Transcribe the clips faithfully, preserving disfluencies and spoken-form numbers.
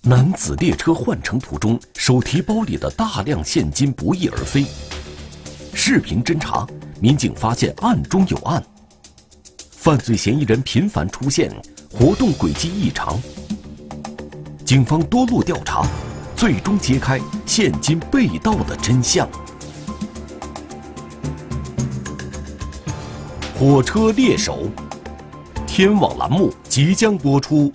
男子列车换乘途中，手提包里的大量现金不翼而飞。视频侦查，民警发现案中有案，犯罪嫌疑人频繁出现，活动轨迹异常。警方多路调查，最终揭开现金被盗的真相。火车猎手，天网栏目即将播出。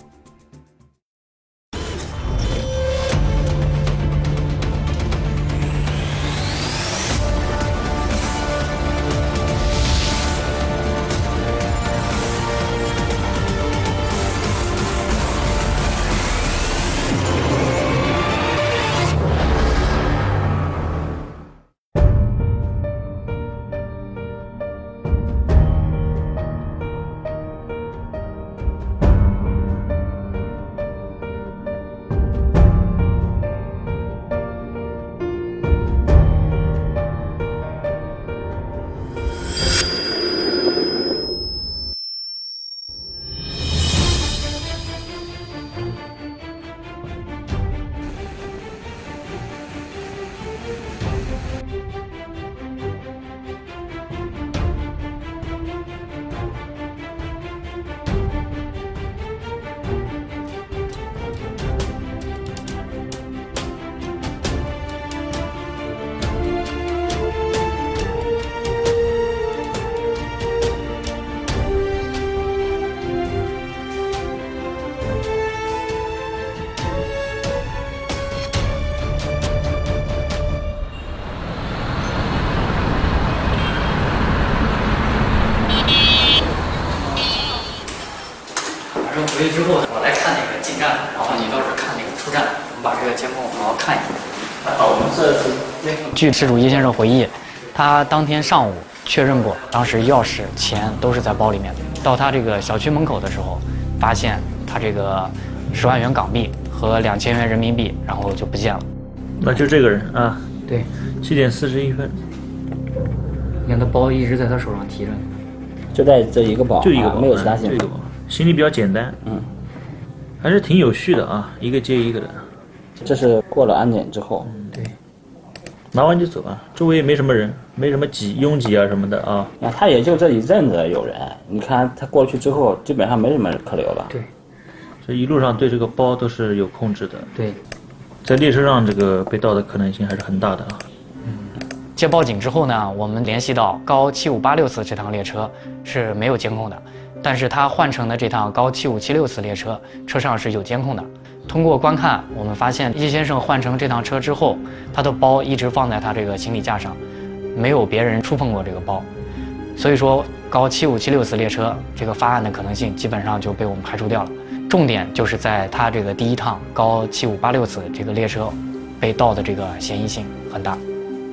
回去之后，我来看那个进站，然后你到时候看那个出站，我们把这个监控好好看一下。好，我们这次据事主叶先生回忆，他当天上午确认过，当时钥匙、钱都是在包里面。到他这个小区门口的时候，发现他这个十万元港币和两千元人民币，然后就不见了。 那就这个人啊， 对， 七点四十一分。 你看他包一直在他手上提着， 就带这一个包， 就一个包， 啊、没有其他信号。行李比较简单， 嗯， 还是挺有序的啊，一个接一个的。 这是过了安检之后， 嗯，对， 拿完就走啊，周围也没什么人，没什么挤拥挤啊什么的啊。 那他也就这一阵子有人，你看他过去之后，基本上没什么客流了。 对， 这一路上对这个包都是有控制的。 对， 在列车上这个被盗的可能性还是很大的啊。 嗯，接报警之后呢，我们联系到高七五八六次这趟列车是没有监控的。但是他换乘的这趟高七五七六次列车，车上是有监控的。通过观看，我们发现叶先生换乘这趟车之后，他的包一直放在他这个行李架上，没有别人触碰过这个包。所以说，高七五七六次列车这个发案的可能性基本上就被我们排除掉了。重点就是在他这个第一趟高七五八六次这个列车被盗的这个嫌疑性很大。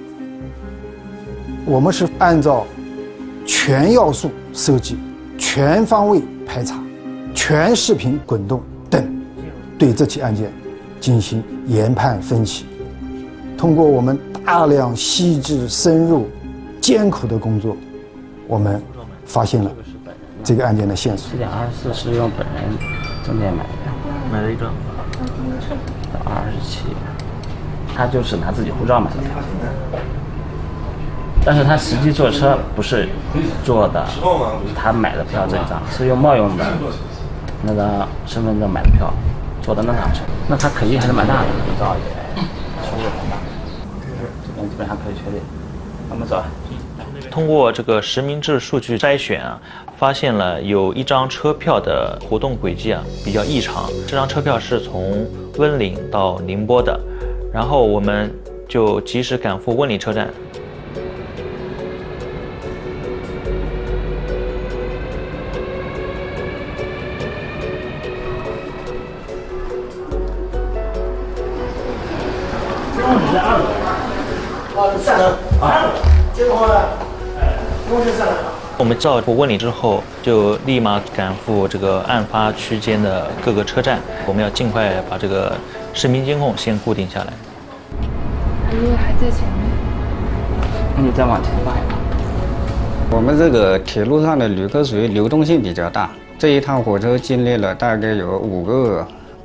我们是按照全要素设计。全方位排查、全视频滚动等，对这起案件进行研判分析。通过我们大量细致、深入、艰苦的工作，我们发现了这个案件的线索。 四点二十四是用本人证件买的， 买了一张。 到二十七，他就是拿自己护照买的票。但是他实际坐车不是坐的他买的票这一张，是用冒用的那张身份证买的票坐的那趟车，那他可疑还是蛮大的，护照也出入很大，这边基本上可以确定。我们走。 通过这个实名制数据筛选啊，发现了有一张车票的活动轨迹啊比较异常。这张车票是从温岭到宁波的，然后我们就及时赶赴温岭车站。我们到温岭之后，就立马赶赴这个案发区间的各个车站，我们要尽快把这个视频监控先固定下来。 如果还在前面， 你再往前放一放。 我们这个铁路上的旅客属于流动性比较大，这一趟火车经历了大概有五个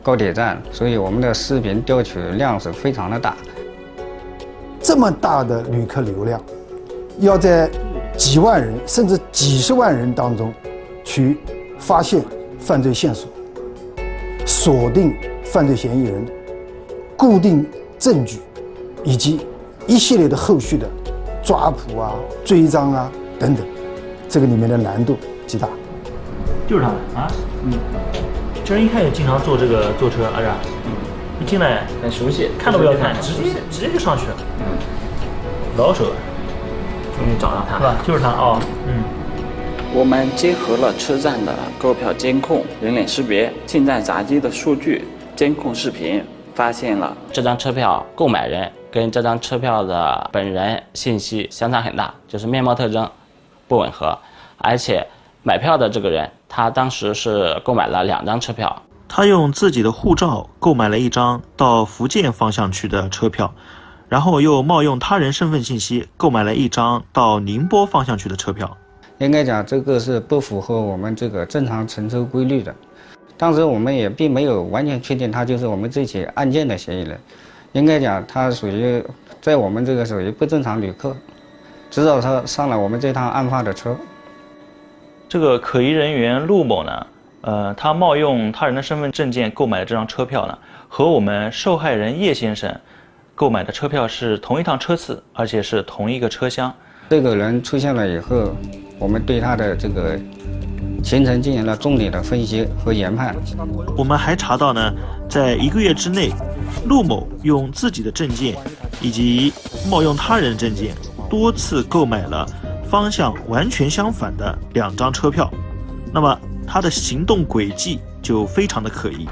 高铁站，所以我们的视频调取量是非常的大。 这么大的旅客流量，要在几万人甚至几十万人当中去发现犯罪线索，锁定犯罪嫌疑人，固定证据，以及一系列的后续的抓捕啊、追赃啊等等，这个里面的难度极大。 就是他们啊，嗯，这人一开始经常坐这个坐车，啊是吧？嗯，一进来很熟悉， 看都不要看，直接直接就上去了。嗯，老手， 终于找到他了，就是他哦，嗯。 我们结合了车站的购票监控、人脸识别、进站闸机的数据、监控视频，发现了这张车票购买人跟这张车票的本人信息相差很大，就是面貌特征不吻合，而且买票的这个人他当时是购买了两张车票， 他用自己的护照购买了一张到福建方向去的车票，然后又冒用他人身份信息购买了一张到宁波方向去的车票。 应该讲，这个是不符合我们这个正常乘车规律的。当时我们也并没有完全确定他就是我们这起案件的嫌疑人，应该讲他属于在我们这个属于不正常旅客，直到他上了我们这趟案发的车。 这个可疑人员陆某呢，呃，他冒用他人的身份证件购买的这张车票呢，和我们受害人叶先生购买的车票是同一趟车次，而且是同一个车厢。 这个人出现了以后，我们对他的这个行程进行了重点的分析和研判。 我们还查到呢，在一个月之内，陆某用自己的证件以及冒用他人证件，多次购买了方向完全相反的两张车票。那么他的行动轨迹就非常的可疑。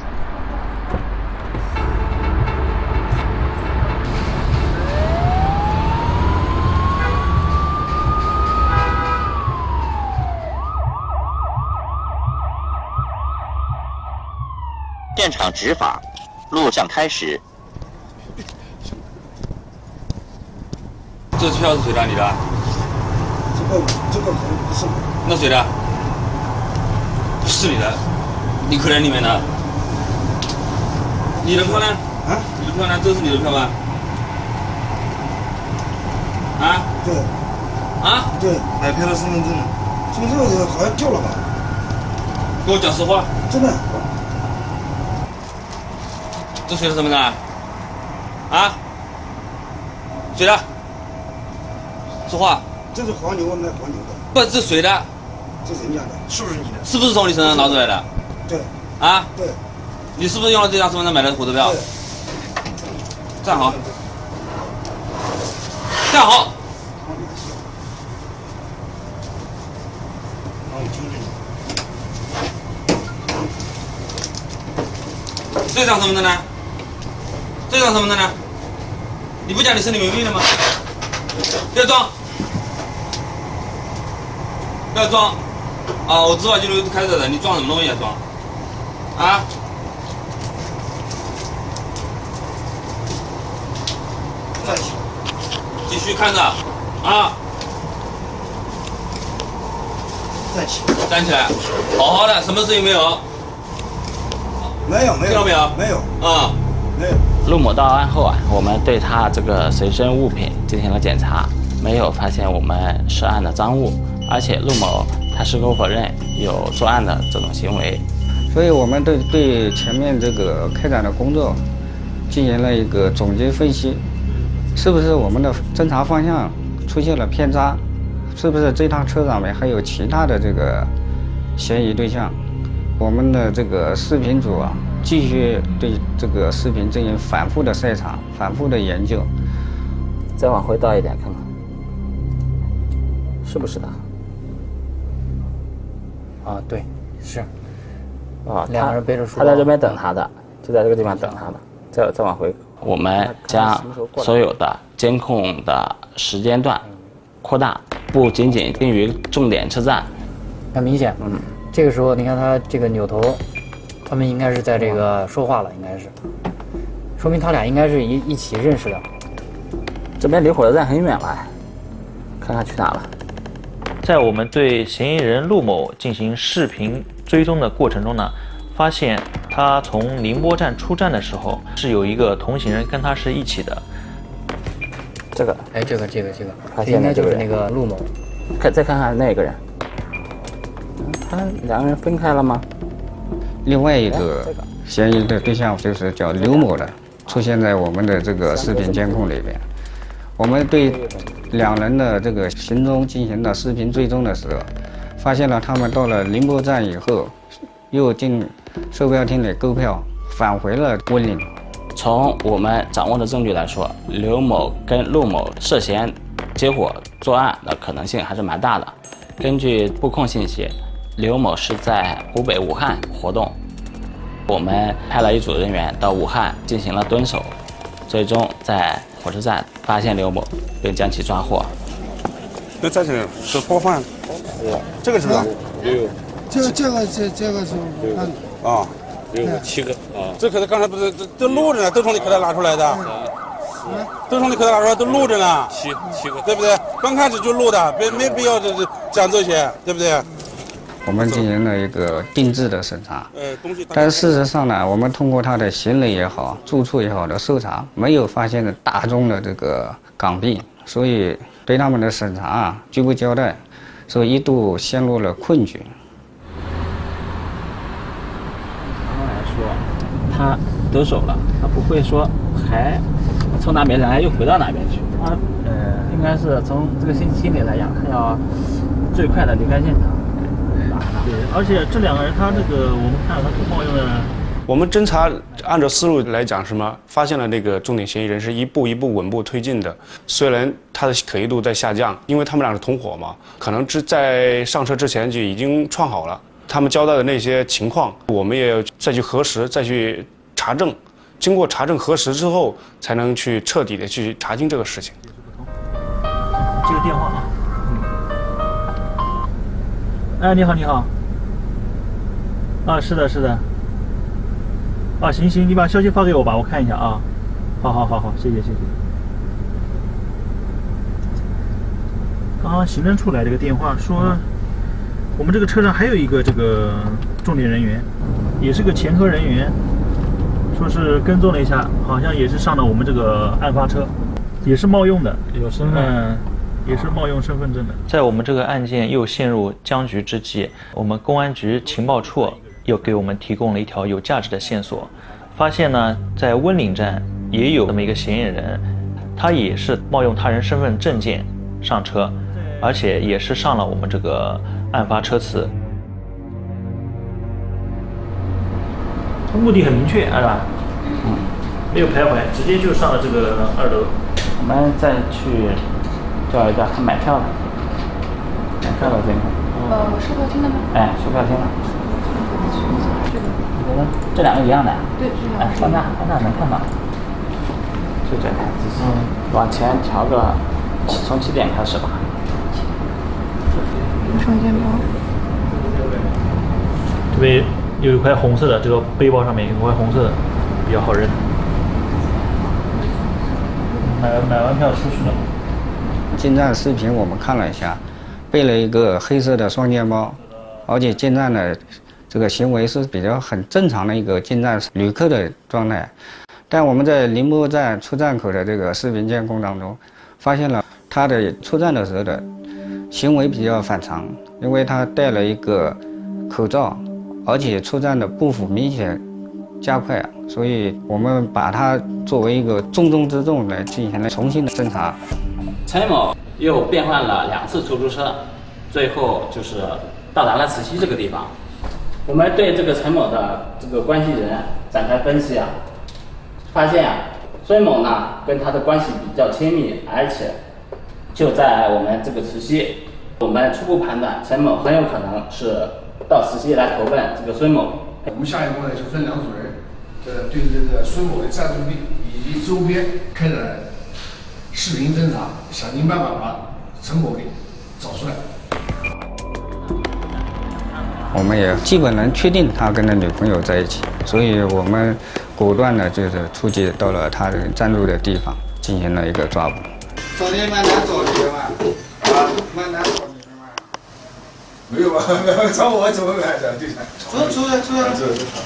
现场执法，录像开始。 这票是谁的？你的？ 这个这个不是。 那谁的？是你的，你口袋里面的。你的票呢？啊？你的票呢？这是你的票吧？啊？ 对。 啊？ 对，买票的身份证，身份证好像掉了吧？ 给我讲实话。 真的。 这谁的身份证啊？啊？谁的？说话。 这是黄牛，卖黄牛的。 不，这谁的？ 这人家的，是不是你的？ 是不是从你身上拿出来的？ 对。 啊？ 对。 你是不是用了这张身份证买的火车票？ 对。 站好。站好。 让我纠正你。 这张身份证呢？这张身份证呢？你不讲你身体没病了吗？不要装，不要装！啊，我执法记录开着的，你装什么东西啊？装？啊？ 站起， 继续看着，啊！ 站起， 站起来，好好的，什么事情没有？ 没有，没有， 听到没有？ 没有， 啊。 陆某到案后啊，我们对他这个随身物品进行了检查，没有发现我们涉案的赃物，而且陆某他矢口否认有作案的这种行为， 所以我们对对前面这个开展的工作进行了一个总结分析，是不是我们的侦查方向出现了偏差？是不是这趟车上面还有其他的这个嫌疑对象？我们的这个视频组啊，继续对这个视频进行反复的筛查、反复的研究。 再往回倒一点看看，是不是他？ 啊，对，是。 啊， 两个人背着书包， 他在这边等他的，就在这个地方等他的。再再往回，我们将所有的监控的时间段扩大，不仅仅定于重点车站。 很明显，嗯，这个时候你看他这个扭头，他们应该是在这个说话了，应该是，说明他俩应该是一一起认识的。 这边离火车站很远了，看看去哪了。 在我们对嫌疑人陆某进行视频追踪的过程中呢， 发现他从宁波站出站的时候是有一个同行人跟他是一起的。 这个， 哎，这个这个这个， 发现应该就是那个陆某。 看，再看看那个人，他两个人分开了吗？ 另外一个嫌疑的对象就是叫刘某的，出现在我们的这个视频监控里边。我们对两人的这个行踪进行了视频追踪的时候，发现了他们到了宁波站以后，又进售票厅里购票，返回了温岭。 从我们掌握的证据来说，刘某跟陆某涉嫌结伙作案的可能性还是蛮大的。根据布控信息，刘某是在湖北武汉活动，我们派了一组人员到武汉进行了蹲守，最终在火车站发现刘某，并将其抓获。 那这是是包饭，这个是吧？ 六，这这个这这个是武汉的啊， 六七个啊。这可是刚才不是这都录着呢，都从你口袋拿出来的，都从你口袋拿出来，都录着呢。七七个，对不对？刚开始就录的，没没必要这这讲这些，对不对？ 我们进行了一个定制的审查，但是事实上呢，我们通过他的行李也好、住处也好的搜查，没有发现的大宗的这个港币，所以对他们的审查啊拒不交代，所以一度陷入了困局。 刚来说，他得手了，他不会说还从哪边来又回到哪边去，他呃应该是从这个心心理来讲，他要最快的离开现场。 对，而且这两个人，他这个我们看他是冒用的。 我们侦查按照思路来讲，什么发现了那个重点嫌疑人是一步一步稳步推进的。虽然他的可疑度在下降，因为他们俩是同伙嘛，可能之在上车之前就已经串好了。他们交代的那些情况，我们也再去核实，再去查证。经过查证核实之后，才能去彻底的去查清这个事情。 这个电话啊。哎，你好，你好。啊，是的，是的。啊，行行，你把消息发给我吧，我看一下啊。好好好好，谢谢谢谢。刚刚行政处来了个电话，说我们这个车上还有一个这个重点人员，也是个前科人员，说是跟踪了一下，好像也是上了我们这个案发车，也是冒用的，有身份。嗯，也是冒用身份证的。 在我们这个案件又陷入僵局之际，我们公安局情报处又给我们提供了一条有价值的线索，发现呢，在温岭站也有这么一个嫌疑人，他也是冒用他人身份证件上车，而且也是上了我们这个案发车次。 目的很明确，是吧？嗯，没有徘徊，直接就上了这个二楼。 我们再去叫一个他买票的，买票的监控。 呃，售票厅的吗？ 哎，售票厅的。你觉得这两个一样的？ 对，是哎，放大放大能看到。就这台机器，往前调个，从起点开始吧。 双肩包。 这边有一块红色的，这个背包上面有一块红色的，比较好认。买买完票出去了。 进站视频我们看了一下，背了一个黑色的双肩包，而且进站的这个行为是比较很正常的一个进站旅客的状态。但我们在宁波站出站口的这个视频监控当中，发现了他的出站的时候的行为比较反常，因为他戴了一个口罩，而且出站的步幅明显加快，所以我们把他作为一个重中之重来进行了重新的侦查。 陈某又变换了两次出租车，最后就是到达了慈溪这个地方。我们对这个陈某的这个关系人展开分析啊，发现啊，孙某呢跟他的关系比较亲密，而且就在我们这个慈溪，我们初步判断陈某很有可能是到慈溪来投奔这个孙某。 我们下一步呢就分两组人，呃，对这个孙某的暂住地以及周边开展视频侦查，想尽办法把陈某给找出来。 我们也基本能确定他跟他女朋友在一起，所以我们果断的就是出击到了他的暂住的地方，进行了一个抓捕。 早点慢点找你们，啊，慢点找你们。 没有吧？找我怎么来的？对的。 出出来出来。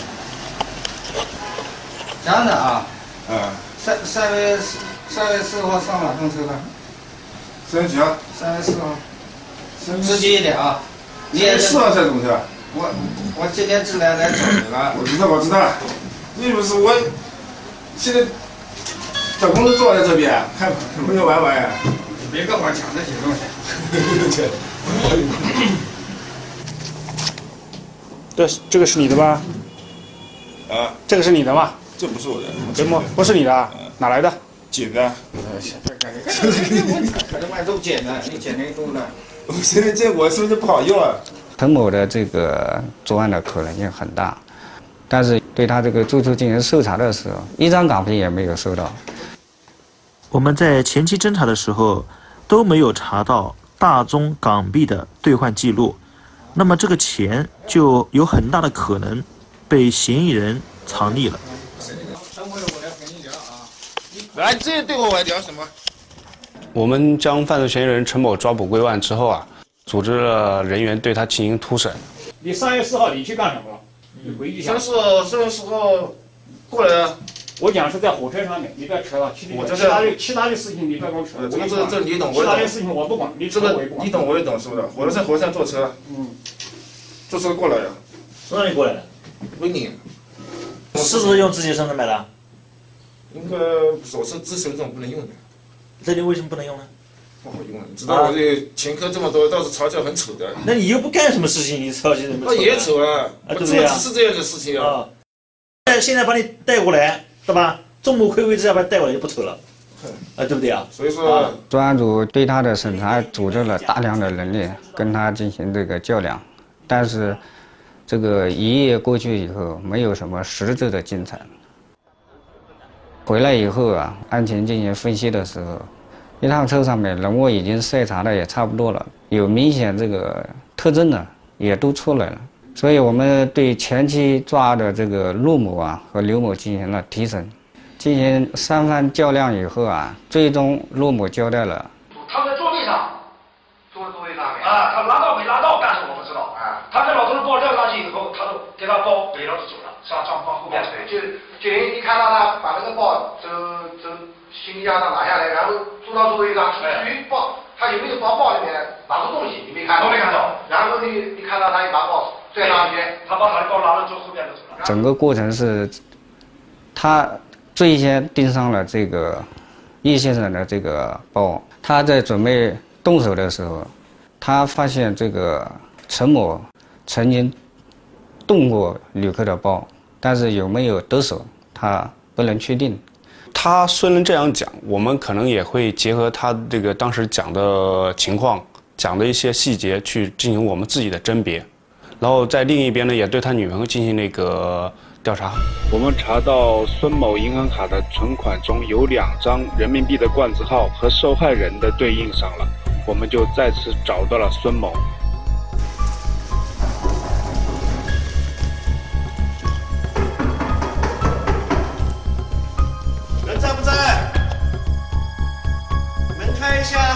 这样的啊。 啊。 三三月四三月四号上哪通车的？ 三月几号？ 三月四号。自己一点啊。 你也四号才通车。 我我今天只来来找你了。 我知道我知道。你不是我，现在找工作坐在这边，还没有玩完呀？ 别跟我抢这些东西。 这这个是你的吧？ 啊， 这个是你的吗？ 这不是我的， 真不不是你的，哪来的？ 捡的。 这玩意都捡的，你捡那多了。 我现在这我是不是不好用啊？ 陈某的这个作案的可能性很大，但是对他这个住处进行搜查的时候，一张港币也没有收到。 我们在前期侦查的时候都没有查到大宗港币的兑换记录，那么这个钱就有很大的可能被嫌疑人藏匿了。 来，这对我来聊什么？ 我们将犯罪嫌疑人陈某抓捕归案之后啊，组织了人员对他进行突审。 你三月四号你去干什么了？你回忆一下。 三四三月四号过来啊。 我讲是在火车上面，你不要扯了。其我这其他的其他的事情你不要跟我扯。 这个这这你懂我懂。 其他的事情我不管，你这个你懂我也懂，是不是？我在火车上坐车，嗯，坐车过来呀。 从哪里过来的？ 维尼。 是不是用自己身份买的？ 那个手册自身证不能用的。 这里为什么不能用呢？ 不好用啊！你知道我这前科这么多，倒是嘲笑很丑的。 那你又不干什么事情，你嘲笑什么？ 那也丑啊！我做只是这样的事情啊。 现在现在把你带过来，对吧？众目睽睽之下把你带过来就不丑了，啊，对不对啊？ 所以说， 专案组对他的审查组织了大量的人力跟他进行这个较量，但是这个一夜过去以后，没有什么实质的进展。回来以后啊，案情进行分析的时候，一趟车上面人物已经筛查的也差不多了，有明显这个特征的也都出来了，所以我们对前期抓的这个陆某啊和刘某进行了提审，进行三番较量以后啊，最终陆某交代了。 他在座位上，坐在座位上面啊，他拿到没拿到，但是我不知道啊。他跟老头的包撂上去以后，他就给他包背了就走了，上上放后面推，就就一看到他把那个包从从行李架上拿下来，然后坐到座位上，至于包他有没有包包里面拿出东西，你没看到？都没看到。然后你你看到他一把包拽上去，他把他的包拿了之后，后面就走了。整个过程是，他最先盯上了这个叶先生的这个包，他在准备动手的时候，他发现这个陈某曾经动过旅客的包，但是有没有得手，他不能确定。 他虽然这样讲，我们可能也会结合他这个当时讲的情况，讲的一些细节去进行我们自己的甄别，然后在另一边呢，也对他女朋友进行那个调查。 我们查到孙某银行卡的存款中有两张人民币的冠字号和受害人的对应上了，我们就再次找到了孙某。 人在不在？门开一下。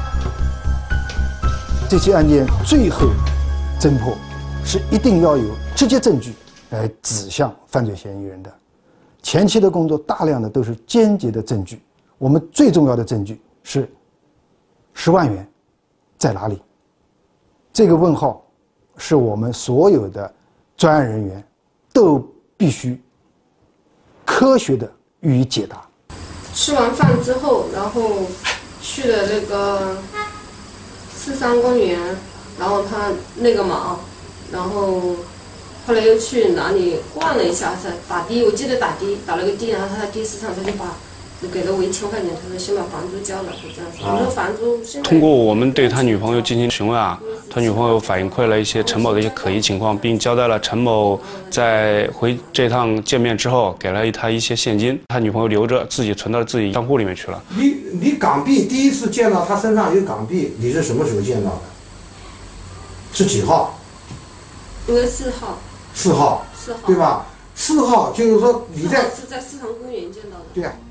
这起案件最后侦破是一定要有直接证据来指向犯罪嫌疑人的。前期的工作大量的都是间接的证据，我们最重要的证据是十万元在哪里？这个问号是我们所有的专案人员都必须科学的予以解答。 吃完饭之后，然后去了那个四三公园，然后他那个嘛，然后后来又去哪里逛了一下，才打的，我记得打的打了个的，然后他在的士上他就把给了我一千块钱，他说先把房租交了，就这样子。我说房租现在通过我们对他女朋友进行询问啊，他女朋友反馈了一些陈某的一些可疑情况，并交代了陈某在回这趟见面之后给了他一些现金，他女朋友留着自己存到自己账户里面去了。 你你港币第一次见到他身上有港币，你是什么时候见到的？是几号？ 应该四号。 四号。 四号。 对吧？四号就是说你在是在四塘公园见到的。 对啊。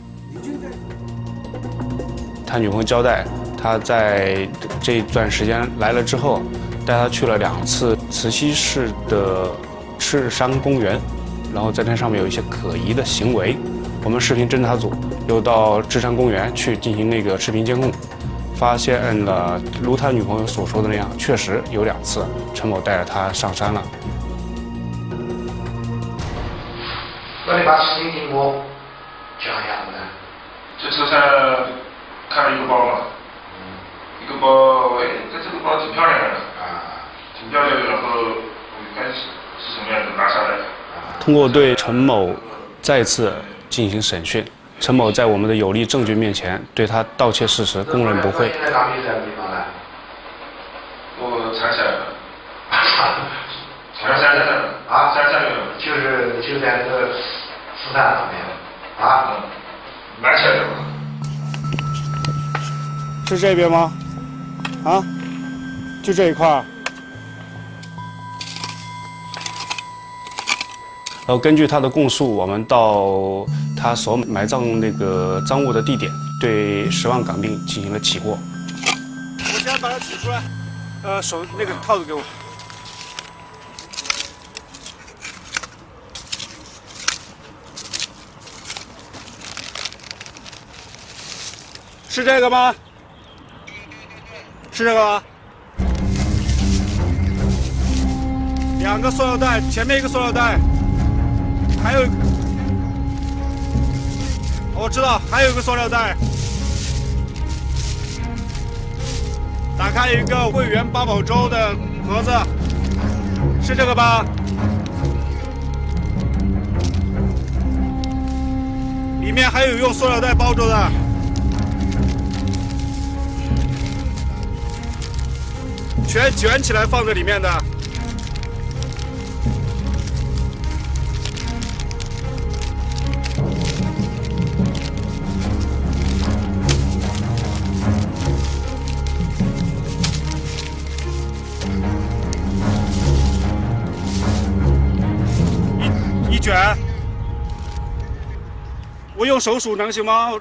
他女朋友交代，他在这段时间来了之后， 带他去了两次慈溪市的赤山公园，然后在那上面有一些可疑的行为。我们视频侦查组又到赤山公园去进行那个视频监控，发现了如他女朋友所说的那样，确实有两次陈某带着他上山了。 那你把视频给我讲一下子呢？ 这车上看了一个包嘛，一个包，哎，这这个包挺漂亮的啊，挺漂亮的。然后我一开始是什么样子拿下来的？ 通过对陈某再次进行审讯，陈某在我们的有力证据面前，对他盗窃事实供认不讳。 现在哪里在地方呢？ 我长沙的，长沙的啊， 长沙的， 就是就在那个四山上面啊， 买起来的。 是这边吗？啊，就这一块儿。然后根据他的供述，我们到他所埋葬那个赃物的地点，对十万港币进行了起获。我先把它取出来，呃，手那个套子给我。是这个吗？是这个吗？两个塑料袋，前面一个塑料袋。还有，我知道还有一个塑料袋，打开一个桂圆八宝粥的盒子，是这个吧？里面还有用塑料袋包着的，全卷起来放在里面的。卷，我用手数能行吗？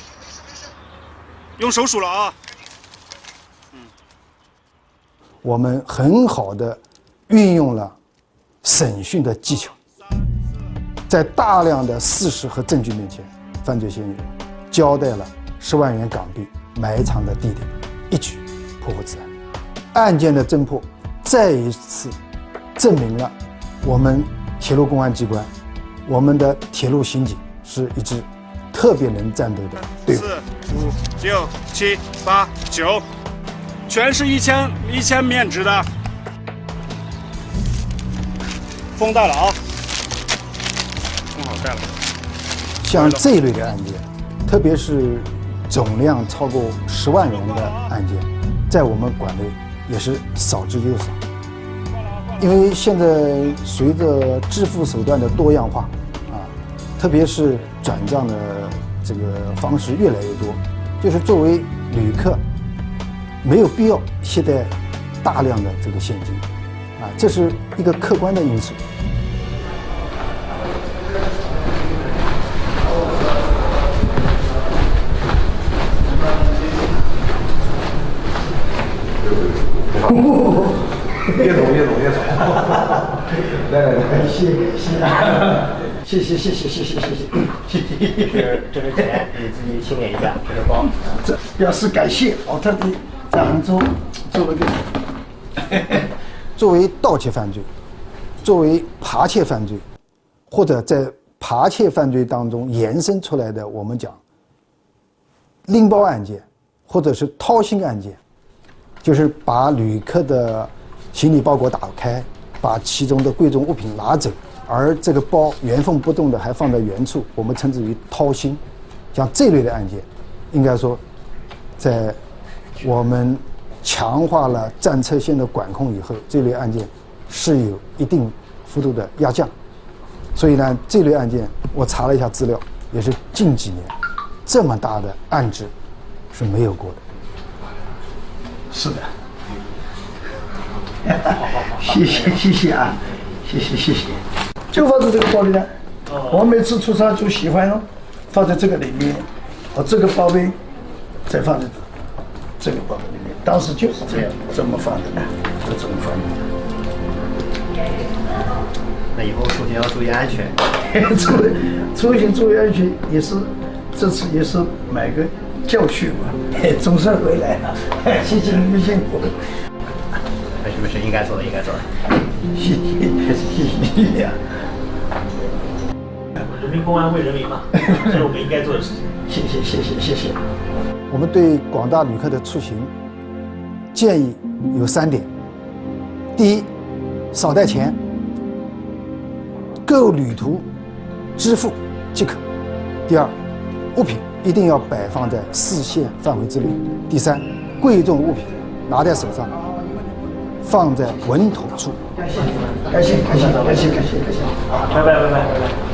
用手数了啊。 嗯，我们很好的运用了审讯的技巧，在大量的事实和证据面前，犯罪嫌疑人交代了十万元港币埋藏的地点，一举破获此案。案件的侦破再一次证明了我们铁路公安机关，我们的铁路刑警是一支特别能战斗的队伍。 四、五、六、七、八、九，全是一千一千面值的，封袋了啊，封好袋了。 像这一类的案件，特别是总量超过十万元的案件，在我们馆内也是少之又少。因为现在随着支付手段的多样化，啊，特别是转账的这个方式越来越多，就是作为旅客，没有必要携带大量的这个现金，啊，这是一个客观的因素。 越走越走越走，来来来，谢谢谢谢谢谢谢谢谢谢谢谢谢。 这个钱你自己清点一下，这个包。 这表示感谢，我特地在杭州做了个。 作为盗窃犯罪，作为扒窃犯罪，或者在扒窃犯罪当中延伸出来的，我们讲拎包案件，或者是掏心案件，就是把旅客的行李包裹打开，把其中的贵重物品拿走，而这个包原封不动的还放在原处，我们称之为掏心。像这类的案件，应该说，在我们强化了占车线的管控以后，这类案件是有一定幅度的压降。所以呢，这类案件我查了一下资料，也是近几年这么大的案值是没有过的。 是的。谢谢谢谢啊，谢谢谢谢。就放在这个包里呢，我每次出差就喜欢放在这个里面，我这个包杯再放在这个包里面，当时就是这样这么放的呢。 就这么翻译。 那以后出行要注意安全。 出出行注意安全也是，这次也是买个教训嘛。总算回来了，谢谢你们辛苦。 没事没事，应该做的应该做的。 谢谢谢谢呀。 人民公安为人民嘛，这是我们应该做的事情。 谢谢谢谢谢谢。 我们对广大旅客的出行建议有三点：第一，少带钱，购旅途支付即可；第二，物品一定要摆放在视线范围之内；第三，贵重物品拿在手上，放在稳妥处。 感谢感谢感谢感谢感谢， 拜拜拜拜拜拜。